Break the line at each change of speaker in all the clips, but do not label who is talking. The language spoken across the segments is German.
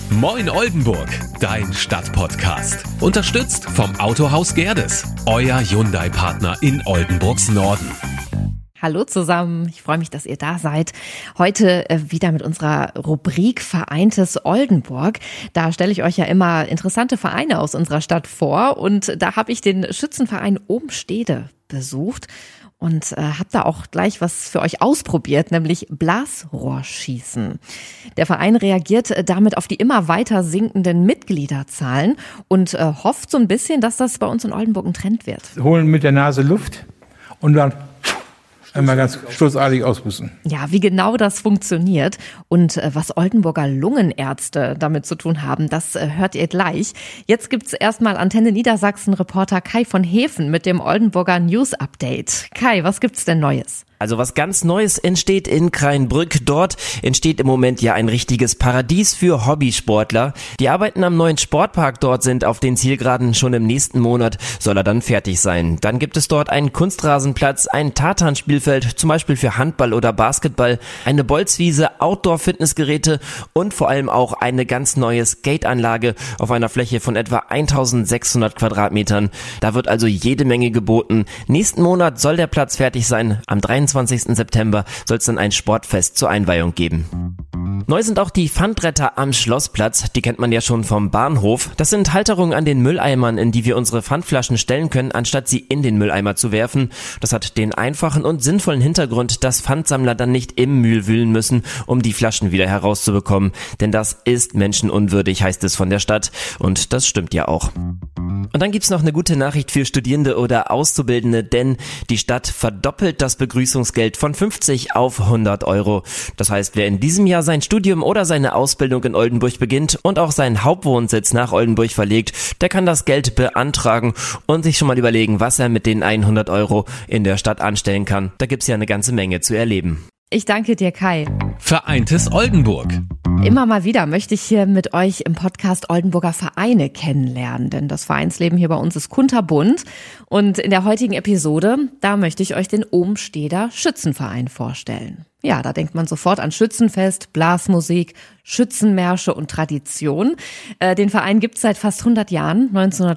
Moin Oldenburg, dein Stadtpodcast. Unterstützt vom Autohaus Gerdes, euer Hyundai-Partner in Oldenburgs Norden.
Hallo zusammen, ich freue mich, dass ihr da seid. Heute wieder mit unserer Rubrik Vereintes Oldenburg. Da stelle ich euch ja immer interessante Vereine aus unserer Stadt vor und da habe ich den Schützenverein Obenstede besucht und habe da auch gleich was für euch ausprobiert, nämlich Blasrohrschießen. Der Verein reagiert damit auf die immer weiter sinkenden Mitgliederzahlen und hofft so ein bisschen, dass das bei uns in Oldenburg ein Trend wird.
Holen mit der Nase Luft und dann einmal ganz stoßartig auspusten.
Ja, wie genau das funktioniert und was Oldenburger Lungenärzte damit zu tun haben, das hört ihr gleich. Jetzt gibt's erstmal Antenne Niedersachsen-Reporter Kai von Hefen mit dem Oldenburger News Update. Kai, was gibt's denn Neues?
Also was ganz Neues entsteht in Kreinbrück. Dort entsteht im Moment ja ein richtiges Paradies für Hobbysportler. Die Arbeiten am neuen Sportpark dort sind auf den Zielgeraden. Schon im nächsten Monat soll er dann fertig sein. Dann gibt es dort einen Kunstrasenplatz, ein Tartanspielfeld, zum Beispiel für Handball oder Basketball, eine Bolzwiese, Outdoor-Fitnessgeräte und vor allem auch eine ganz neue Skateanlage auf einer Fläche von etwa 1600 Quadratmetern. Da wird also jede Menge geboten. Nächsten Monat soll der Platz fertig sein. Am 23. September soll es dann ein Sportfest zur Einweihung geben. Neu sind auch die Pfandretter am Schlossplatz, die kennt man ja schon vom Bahnhof. Das sind Halterungen an den Mülleimern, in die wir unsere Pfandflaschen stellen können, anstatt sie in den Mülleimer zu werfen. Das hat den einfachen und sinnvollen Hintergrund, dass Pfandsammler dann nicht im Müll wühlen müssen, um die Flaschen wieder herauszubekommen. Denn das ist menschenunwürdig, heißt es von der Stadt. Und das stimmt ja auch. Und dann gibt's noch eine gute Nachricht für Studierende oder Auszubildende, denn die Stadt verdoppelt das Begrüßungsgeld von 50 auf 100 Euro. Das heißt, wer in diesem Jahr sein Studium oder seine Ausbildung in Oldenburg beginnt und auch seinen Hauptwohnsitz nach Oldenburg verlegt, der kann das Geld beantragen und sich schon mal überlegen, was er mit den 100 Euro in der Stadt anstellen kann. Da gibt's ja eine ganze Menge zu erleben.
Ich danke dir, Kai.
Vereintes Oldenburg.
Immer mal wieder möchte ich hier mit euch im Podcast Oldenburger Vereine kennenlernen, denn das Vereinsleben hier bei uns ist kunterbunt. Und in der heutigen Episode, da möchte ich euch den Obensteder Schützenverein vorstellen. Ja, da denkt man sofort an Schützenfest, Blasmusik, Schützenmärsche und Tradition. Den Verein gibt's seit fast 100 Jahren,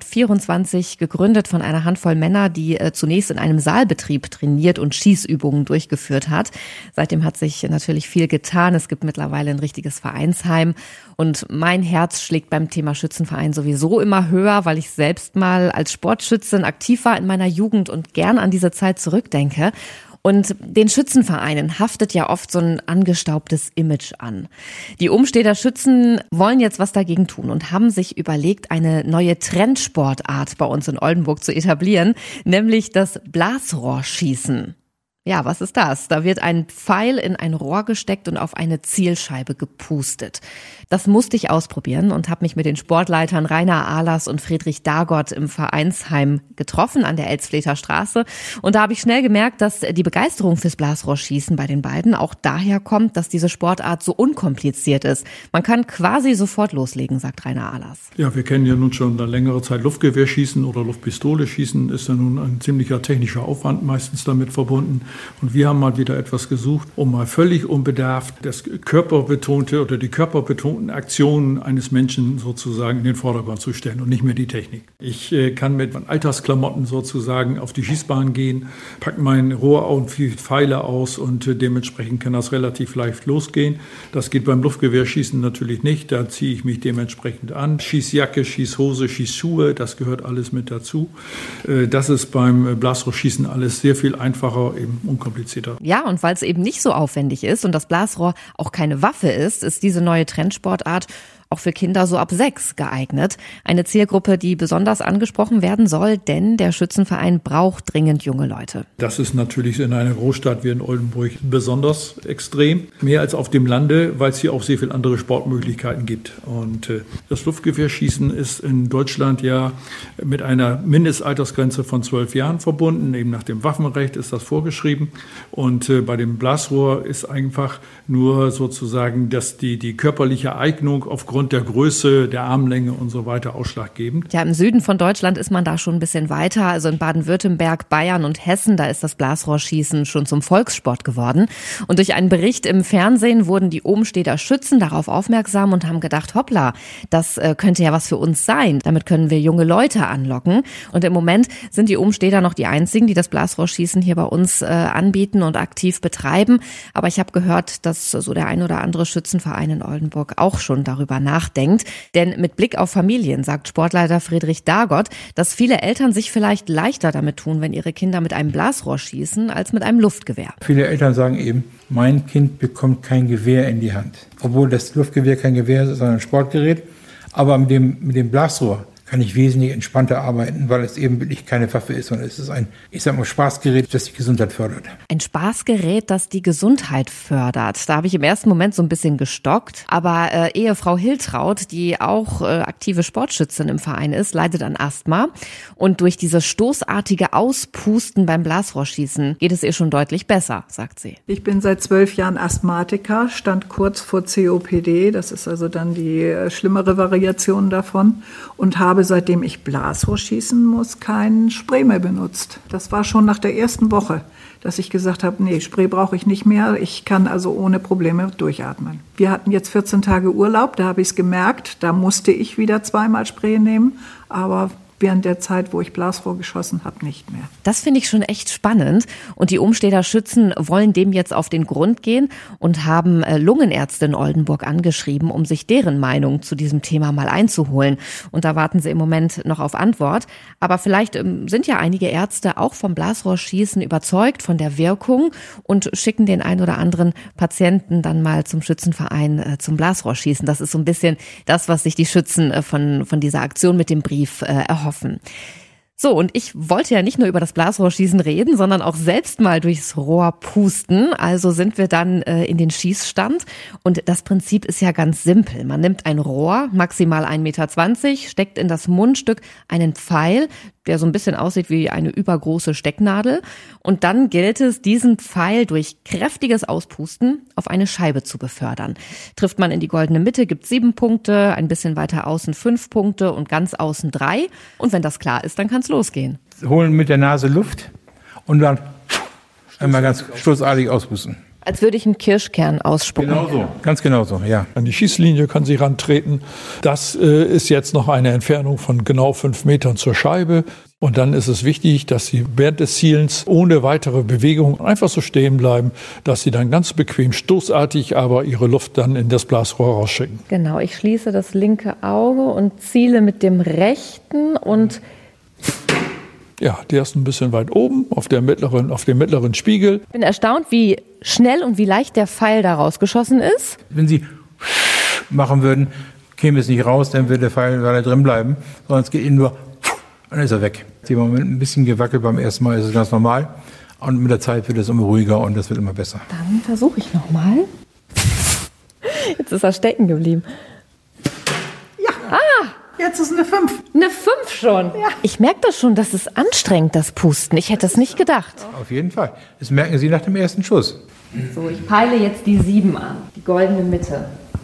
1924 gegründet von einer Handvoll Männer, die zunächst in einem Saalbetrieb trainiert und Schießübungen durchgeführt hat. Seitdem hat sich natürlich viel getan. Es gibt mittlerweile ein richtiges Vereinsheim. Und mein Herz schlägt beim Thema Schützenverein sowieso immer höher, weil ich selbst mal als Sportschützin aktiv war in meiner Jugend und gern an diese Zeit zurückdenke. Und den Schützenvereinen haftet ja oft so ein angestaubtes Image an. Die Obensteder Schützen wollen jetzt was dagegen tun und haben sich überlegt, eine neue Trendsportart bei uns in Oldenburg zu etablieren, nämlich das Blasrohrschießen. Ja, was ist das? Da wird ein Pfeil in ein Rohr gesteckt und auf eine Zielscheibe gepustet. Das musste ich ausprobieren und habe mich mit den Sportleitern Rainer Ahlers und Friedrich Dagott im Vereinsheim getroffen an der Elsfleter Straße. Und da habe ich schnell gemerkt, dass die Begeisterung fürs Blasrohrschießen bei den beiden auch daher kommt, dass diese Sportart so unkompliziert ist. Man kann quasi sofort loslegen, sagt Rainer Ahlers.
Ja, wir kennen ja nun schon eine längere Zeit Luftgewehrschießen oder Luftpistole schießen. Ist ja nun ein ziemlicher technischer Aufwand meistens damit verbunden. Und wir haben mal wieder etwas gesucht, um mal völlig unbedarft das körperbetonte oder die körperbetonten Aktionen eines Menschen sozusagen in den Vordergrund zu stellen und nicht mehr die Technik. Ich kann mit meinen Alltagsklamotten sozusagen auf die Schießbahn gehen, packe mein Rohr und viele Pfeile aus und dementsprechend kann das relativ leicht losgehen. Das geht beim Luftgewehrschießen natürlich nicht, da ziehe ich mich dementsprechend an. Schießjacke, Schießhose, Schießschuhe, das gehört alles mit dazu. Das ist beim Blasrohrschießen alles sehr viel einfacher, eben unkomplizierter.
Ja, und weil es eben nicht so aufwendig ist und das Blasrohr auch keine Waffe ist diese neue Trendsportart auch für Kinder so ab 6 geeignet. Eine Zielgruppe, die besonders angesprochen werden soll, denn der Schützenverein braucht dringend junge Leute.
Das ist natürlich in einer Großstadt wie in Oldenburg besonders extrem. Mehr als auf dem Lande, weil es hier auch sehr viele andere Sportmöglichkeiten gibt. Und das Luftgewehrschießen ist in Deutschland ja mit einer Mindestaltersgrenze von 12 Jahren verbunden. Eben nach dem Waffenrecht ist das vorgeschrieben. Und bei dem Blasrohr ist einfach nur sozusagen, dass die körperliche Eignung aufgrund aufgrund der Größe, der Armlänge und so weiter ausschlaggebend.
Ja, im Süden von Deutschland ist man da schon ein bisschen weiter. Also in Baden-Württemberg, Bayern und Hessen, da ist das Blasrohrschießen schon zum Volkssport geworden. Und durch einen Bericht im Fernsehen wurden die Obenstedter Schützen darauf aufmerksam und haben gedacht, hoppla, das könnte ja was für uns sein. Damit können wir junge Leute anlocken. Und im Moment sind die Obenstedter noch die einzigen, die das Blasrohrschießen hier bei uns anbieten und aktiv betreiben. Aber ich habe gehört, dass so der ein oder andere Schützenverein in Oldenburg auch schon darüber nachdenkt. Denn mit Blick auf Familien sagt Sportleiter Friedrich Dagott, dass viele Eltern sich vielleicht leichter damit tun, wenn ihre Kinder mit einem Blasrohr schießen, als mit einem Luftgewehr.
Viele Eltern sagen eben, mein Kind bekommt kein Gewehr in die Hand. Obwohl das Luftgewehr kein Gewehr ist, sondern ein Sportgerät. Aber mit dem Blasrohr kann ich wesentlich entspannter arbeiten, weil es eben wirklich keine Waffe ist, sondern es ist ein, ich sag mal, Spaßgerät, das die Gesundheit fördert.
Ein Spaßgerät, das die Gesundheit fördert. Da habe ich im ersten Moment so ein bisschen gestockt. Aber Ehefrau Hiltraud, die auch aktive Sportschützin im Verein ist, leidet an Asthma. Und durch dieses stoßartige Auspusten beim Blasrohrschießen geht es ihr schon deutlich besser, sagt sie.
Ich bin seit 12 Jahren Asthmatiker, stand kurz vor COPD. Das ist also dann die schlimmere Variation davon. Und habe, seitdem ich Blasrohr schießen muss, keinen Spray mehr benutzt. Das war schon nach der ersten Woche, dass ich gesagt habe, nee, Spray brauche ich nicht mehr. Ich kann also ohne Probleme durchatmen. Wir hatten jetzt 14 Tage Urlaub, da habe ich es gemerkt. Da musste ich wieder zweimal Spray nehmen, aber während der Zeit, wo ich Blasrohr geschossen habe, nicht mehr.
Das finde ich schon echt spannend. Und die Obenstedter Schützen wollen dem jetzt auf den Grund gehen und haben Lungenärzte in Oldenburg angeschrieben, um sich deren Meinung zu diesem Thema mal einzuholen. Und da warten sie im Moment noch auf Antwort. Aber vielleicht sind ja einige Ärzte auch vom Blasrohrschießen überzeugt von der Wirkung und schicken den ein oder anderen Patienten dann mal zum Schützenverein zum Blasrohrschießen. Das ist so ein bisschen das, was sich die Schützen von dieser Aktion mit dem Brief erhoffen. So, und ich wollte ja nicht nur über das Blasrohrschießen reden, sondern auch selbst mal durchs Rohr pusten. Also sind wir dann in den Schießstand. Und das Prinzip ist ja ganz simpel. Man nimmt ein Rohr, maximal 1,20 Meter, steckt in das Mundstück einen Pfeil, der so ein bisschen aussieht wie eine übergroße Stecknadel. Und dann gilt es, diesen Pfeil durch kräftiges Auspusten auf eine Scheibe zu befördern. Trifft man in die goldene Mitte, gibt 7 Punkte, ein bisschen weiter außen 5 Punkte und ganz außen 3. Und wenn das klar ist, dann kann es losgehen.
Holen mit der Nase Luft und dann einmal ganz stoßartig auspusten.
Als würde ich einen Kirschkern ausspucken.
Genau so, ganz genau so, ja.
An die Schießlinie kann sie rantreten. Das ist jetzt noch eine Entfernung von genau 5 Metern zur Scheibe. Und dann ist es wichtig, dass sie während des Zielens ohne weitere Bewegung einfach so stehen bleiben, dass sie dann ganz bequem stoßartig aber ihre Luft dann in das Blasrohr rausschicken.
Genau, ich schließe das linke Auge und ziele mit dem rechten und...
Ja, der ist ein bisschen weit oben auf dem mittleren Spiegel.
Ich bin erstaunt, wie schnell und wie leicht der Pfeil da rausgeschossen ist.
Wenn Sie machen würden, käme es nicht raus, dann würde der Pfeil weiter drin bleiben, sondern es geht Ihnen nur, dann ist er weg. Sie haben ein bisschen gewackelt beim ersten Mal, ist es ganz normal. Und mit der Zeit wird es immer ruhiger und das wird immer besser.
Dann versuche ich nochmal. Jetzt ist er stecken geblieben.
Ja. Jetzt ist eine 5.
Eine 5 schon? Ja. Ich merke das schon, das ist anstrengend, das Pusten. Ich hätte es nicht gedacht.
Auf jeden Fall. Das merken Sie nach dem ersten Schuss.
So, ich peile jetzt die 7 an. Die goldene Mitte.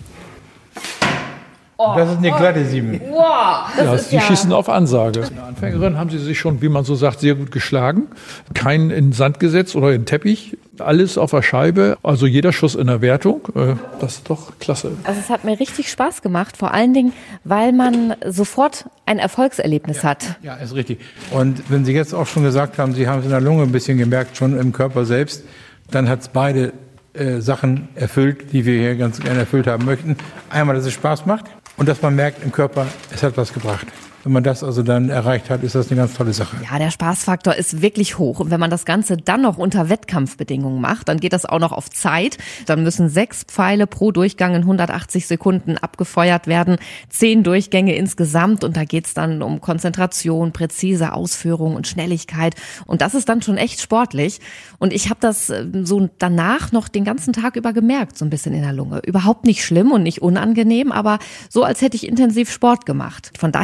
Oh, das ist eine glatte 7.
Wow,
Die schießen auf Ansage. Als Anfängerin haben sie sich schon, wie man so sagt, sehr gut geschlagen. Kein in den Sand gesetzt oder in den Teppich. Alles auf der Scheibe, also jeder Schuss in der Wertung. Das ist doch klasse.
Also es hat mir richtig Spaß gemacht, vor allen Dingen, weil man sofort ein Erfolgserlebnis hat.
Ja, ist richtig. Und wenn Sie jetzt auch schon gesagt haben, Sie haben es in der Lunge ein bisschen gemerkt, schon im Körper selbst, dann hat es beide Sachen erfüllt, die wir hier ganz gerne erfüllt haben möchten. Einmal, dass es Spaß macht und dass man merkt im Körper, es hat was gebracht. Wenn man das also dann erreicht hat, ist das eine ganz tolle Sache.
Ja, der Spaßfaktor ist wirklich hoch. Und wenn man das Ganze dann noch unter Wettkampfbedingungen macht, dann geht das auch noch auf Zeit. Dann müssen 6 Pfeile pro Durchgang in 180 Sekunden abgefeuert werden. 10 Durchgänge insgesamt. Und da geht's dann um Konzentration, präzise Ausführung und Schnelligkeit. Und das ist dann schon echt sportlich. Und ich habe das so danach noch den ganzen Tag über gemerkt, so ein bisschen in der Lunge. Überhaupt nicht schlimm und nicht unangenehm, aber so, als hätte ich intensiv Sport gemacht. Von daher kann ich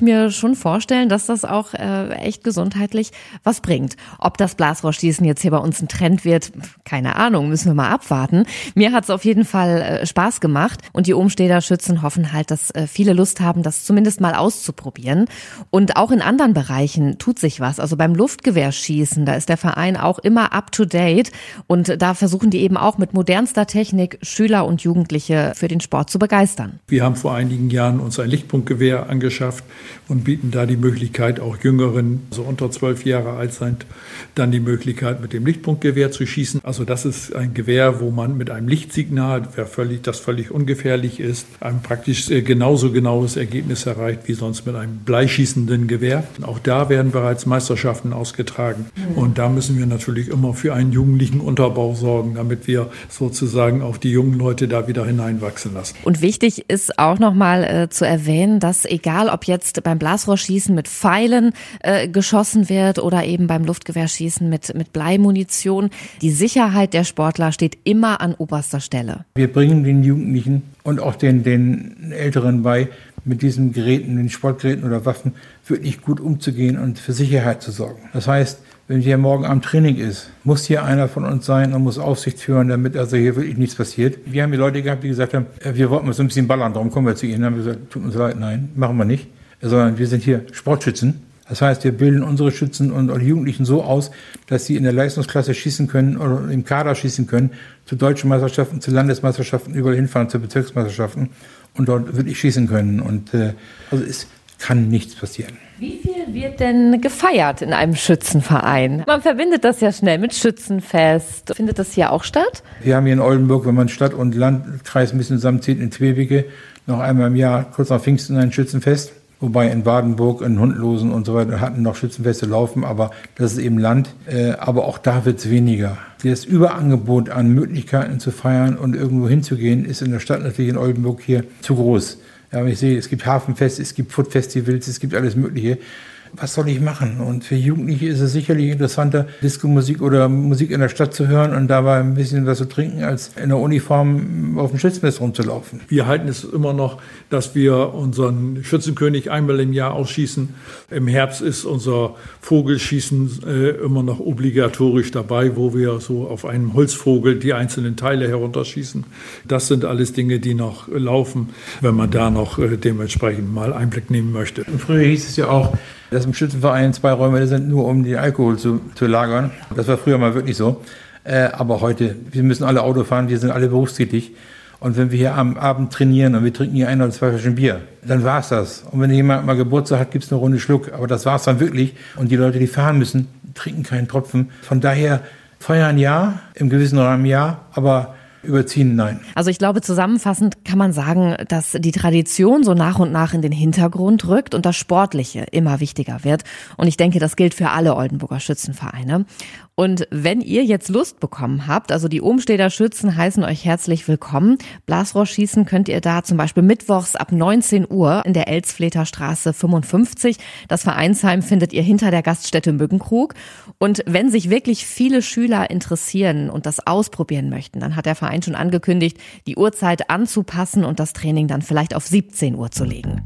mir schon vorstellen, dass das auch echt gesundheitlich was bringt. Ob das Blasrohrschießen jetzt hier bei uns ein Trend wird, keine Ahnung, müssen wir mal abwarten. Mir hat es auf jeden Fall Spaß gemacht und die Obenstedter Schützen hoffen halt, dass viele Lust haben, das zumindest mal auszuprobieren. Und auch in anderen Bereichen tut sich was. Also beim Luftgewehrschießen, da ist der Verein auch immer up to date und da versuchen die eben auch mit modernster Technik Schüler und Jugendliche für den Sport zu begeistern.
Wir haben vor einigen Jahren uns ein Lichtpunktgewehr angeschafft und bieten da die Möglichkeit, auch Jüngeren, also unter 12 Jahre alt sind, dann die Möglichkeit, mit dem Lichtpunktgewehr zu schießen. Also das ist ein Gewehr, wo man mit einem Lichtsignal, das völlig ungefährlich ist, ein praktisch genauso genaues Ergebnis erreicht wie sonst mit einem bleischießenden Gewehr. Auch da werden bereits Meisterschaften ausgetragen. Und da müssen wir natürlich immer für einen jugendlichen Unterbau sorgen, damit wir sozusagen auch die jungen Leute da wieder hineinwachsen lassen.
Und wichtig ist auch nochmal zu erwähnen, dass egal ob jetzt beim Blasrohrschießen mit Pfeilen geschossen wird oder eben beim Luftgewehrschießen mit Bleimunition, die Sicherheit der Sportler steht immer an oberster Stelle.
Wir bringen den Jugendlichen und auch den Älteren bei, mit diesen Geräten, den Sportgeräten oder Waffen, wirklich gut umzugehen und für Sicherheit zu sorgen. Das heißt, wenn hier morgen am Training ist, muss hier einer von uns sein und muss Aufsicht führen, damit also hier wirklich nichts passiert. Wir haben die Leute gehabt, die gesagt haben, wir wollten mal so ein bisschen ballern, darum kommen wir zu Ihnen. Dann haben wir gesagt, tut uns leid, nein, machen wir nicht. Sondern wir sind hier Sportschützen. Das heißt, wir bilden unsere Schützen und die Jugendlichen so aus, dass sie in der Leistungsklasse schießen können oder im Kader schießen können, zu deutschen Meisterschaften, zu Landesmeisterschaften, überall hinfahren, zu Bezirksmeisterschaften und dort wirklich schießen können. Und also es kann nichts passieren.
Wie viel wird denn gefeiert in einem Schützenverein? Man verbindet das ja schnell mit Schützenfest. Findet das hier auch statt?
Wir haben hier in Oldenburg, wenn man Stadt und Landkreis ein bisschen zusammenzieht, in Twebeke noch einmal im Jahr, kurz nach Pfingsten, ein Schützenfest. Wobei in Badenburg, in Hundlosen und so weiter hatten noch Schützenfeste laufen, aber das ist eben Land. Aber auch da wird es weniger. Das Überangebot an Möglichkeiten zu feiern und irgendwo hinzugehen, ist in der Stadt natürlich in Oldenburg hier zu groß. Ja, aber ich sehe, es gibt Hafenfest, es gibt Footfestivals, es gibt alles Mögliche. Was soll ich machen? Und für Jugendliche ist es sicherlich interessanter, Disco-Musik oder Musik in der Stadt zu hören und dabei ein bisschen was zu trinken, als in der Uniform auf dem Schützenfest rumzulaufen.
Wir halten es immer noch, dass wir unseren Schützenkönig einmal im Jahr ausschießen. Im Herbst ist unser Vogelschießen immer noch obligatorisch dabei, wo wir so auf einem Holzvogel die einzelnen Teile herunterschießen. Das sind alles Dinge, die noch laufen, wenn man da noch dementsprechend mal Einblick nehmen möchte.
Und früher hieß es ja auch, dass im Schützenverein 2 Räume sind, nur um den Alkohol zu lagern. Das war früher mal wirklich so. Aber heute, wir müssen alle Auto fahren, wir sind alle berufstätig. Und wenn wir hier am Abend trainieren und wir trinken hier 1 oder 2 Flaschen Bier, dann war's das. Und wenn jemand mal Geburtstag hat, gibt's eine Runde Schluck. Aber das war's dann wirklich. Und die Leute, die fahren müssen, trinken keinen Tropfen. Von daher feiern ja, im gewissen Rahmen ja, aber überziehen, nein.
Also ich glaube, zusammenfassend kann man sagen, dass die Tradition so nach und nach in den Hintergrund rückt und das Sportliche immer wichtiger wird. Und ich denke, das gilt für alle Oldenburger Schützenvereine. Und wenn ihr jetzt Lust bekommen habt, also die Obenstedter Schützen heißen euch herzlich willkommen. Blasrohrschießen könnt ihr da zum Beispiel mittwochs ab 19 Uhr in der Elsfleter Straße 55. Das Vereinsheim findet ihr hinter der Gaststätte Mückenkrug. Und wenn sich wirklich viele Schüler interessieren und das ausprobieren möchten, dann hat der Verein schon angekündigt, die Uhrzeit anzupassen und das Training dann vielleicht auf 17 Uhr zu legen.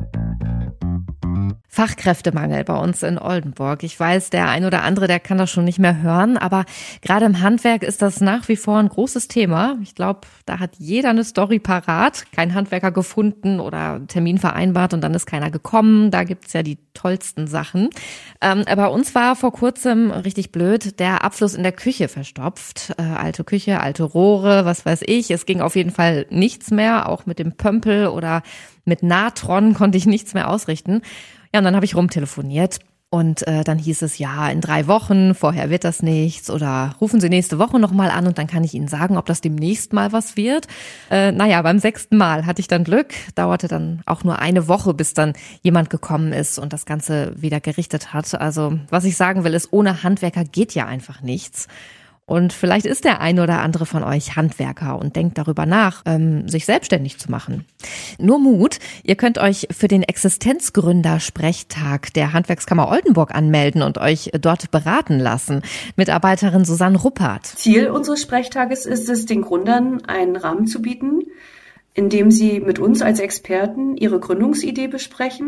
Fachkräftemangel bei uns in Oldenburg. Ich weiß, der ein oder andere, der kann das schon nicht mehr hören, aber gerade im Handwerk ist das nach wie vor ein großes Thema. Ich glaube, da hat jeder eine Story parat. Kein Handwerker gefunden oder Termin vereinbart und dann ist keiner gekommen. Da gibt's ja die tollsten Sachen. Bei uns war vor kurzem richtig blöd, der Abfluss in der Küche verstopft. Alte Küche, alte Rohre, was weiß ich. Es ging auf jeden Fall nichts mehr. Auch mit dem Pömpel oder mit Natron konnte ich nichts mehr ausrichten. Ja, und dann habe ich rumtelefoniert und dann hieß es, ja, in 3 Wochen, vorher wird das nichts oder rufen Sie nächste Woche nochmal an und dann kann ich Ihnen sagen, ob das demnächst mal was wird. Beim 6. Mal hatte ich dann Glück, dauerte dann auch nur 1 Woche, bis dann jemand gekommen ist und das Ganze wieder gerichtet hat. Also was ich sagen will, ist, ohne Handwerker geht ja einfach nichts. Und vielleicht ist der ein oder andere von euch Handwerker und denkt darüber nach, sich selbstständig zu machen. Nur Mut, ihr könnt euch für den Existenzgründer-Sprechtag der Handwerkskammer Oldenburg anmelden und euch dort beraten lassen. Mitarbeiterin Susanne Ruppert.
Ziel unseres Sprechtages ist es, den Gründern einen Rahmen zu bieten, in dem sie mit uns als Experten ihre Gründungsidee besprechen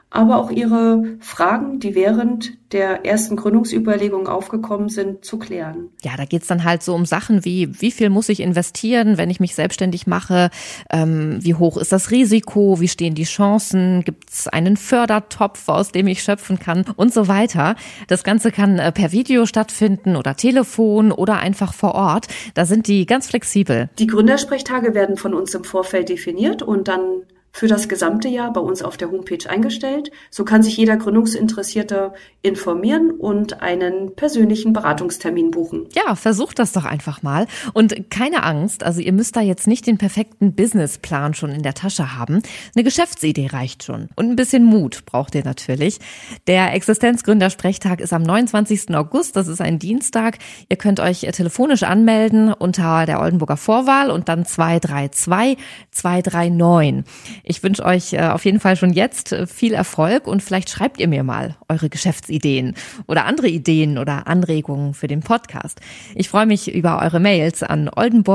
aber auch Ihre Fragen, die während der ersten Gründungsüberlegungen aufgekommen sind, zu klären.
Ja, da geht's dann halt so um Sachen wie viel muss ich investieren, wenn ich mich selbstständig mache? Wie hoch ist das Risiko? Wie stehen die Chancen? Gibt's einen Fördertopf, aus dem ich schöpfen kann? Und so weiter. Das Ganze kann per Video stattfinden oder Telefon oder einfach vor Ort. Da sind die ganz flexibel.
Die Gründersprechtage werden von uns im Vorfeld definiert und dann für das gesamte Jahr bei uns auf der Homepage eingestellt. So kann sich jeder Gründungsinteressierte informieren und einen persönlichen Beratungstermin buchen.
Ja, versucht das doch einfach mal. Und keine Angst, also ihr müsst da jetzt nicht den perfekten Businessplan schon in der Tasche haben. Eine Geschäftsidee reicht schon. Und ein bisschen Mut braucht ihr natürlich. Der Existenzgründersprechtag ist am 29. August, das ist ein Dienstag. Ihr könnt euch telefonisch anmelden unter der Oldenburger Vorwahl und dann 232 239. Ich wünsche euch auf jeden Fall schon jetzt viel Erfolg und vielleicht schreibt ihr mir mal eure Geschäftsideen oder andere Ideen oder Anregungen für den Podcast. Ich freue mich über eure Mails an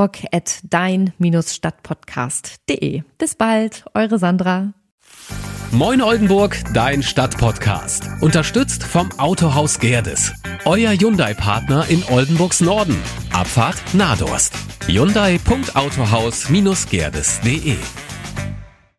oldenburg@dein-stadtpodcast.de. Bis bald, eure Sandra.
Moin Oldenburg, dein Stadtpodcast. Unterstützt vom Autohaus Gerdes. Euer Hyundai-Partner in Oldenburgs Norden. Abfahrt Nadorst. Hyundai.autohaus-gerdes.de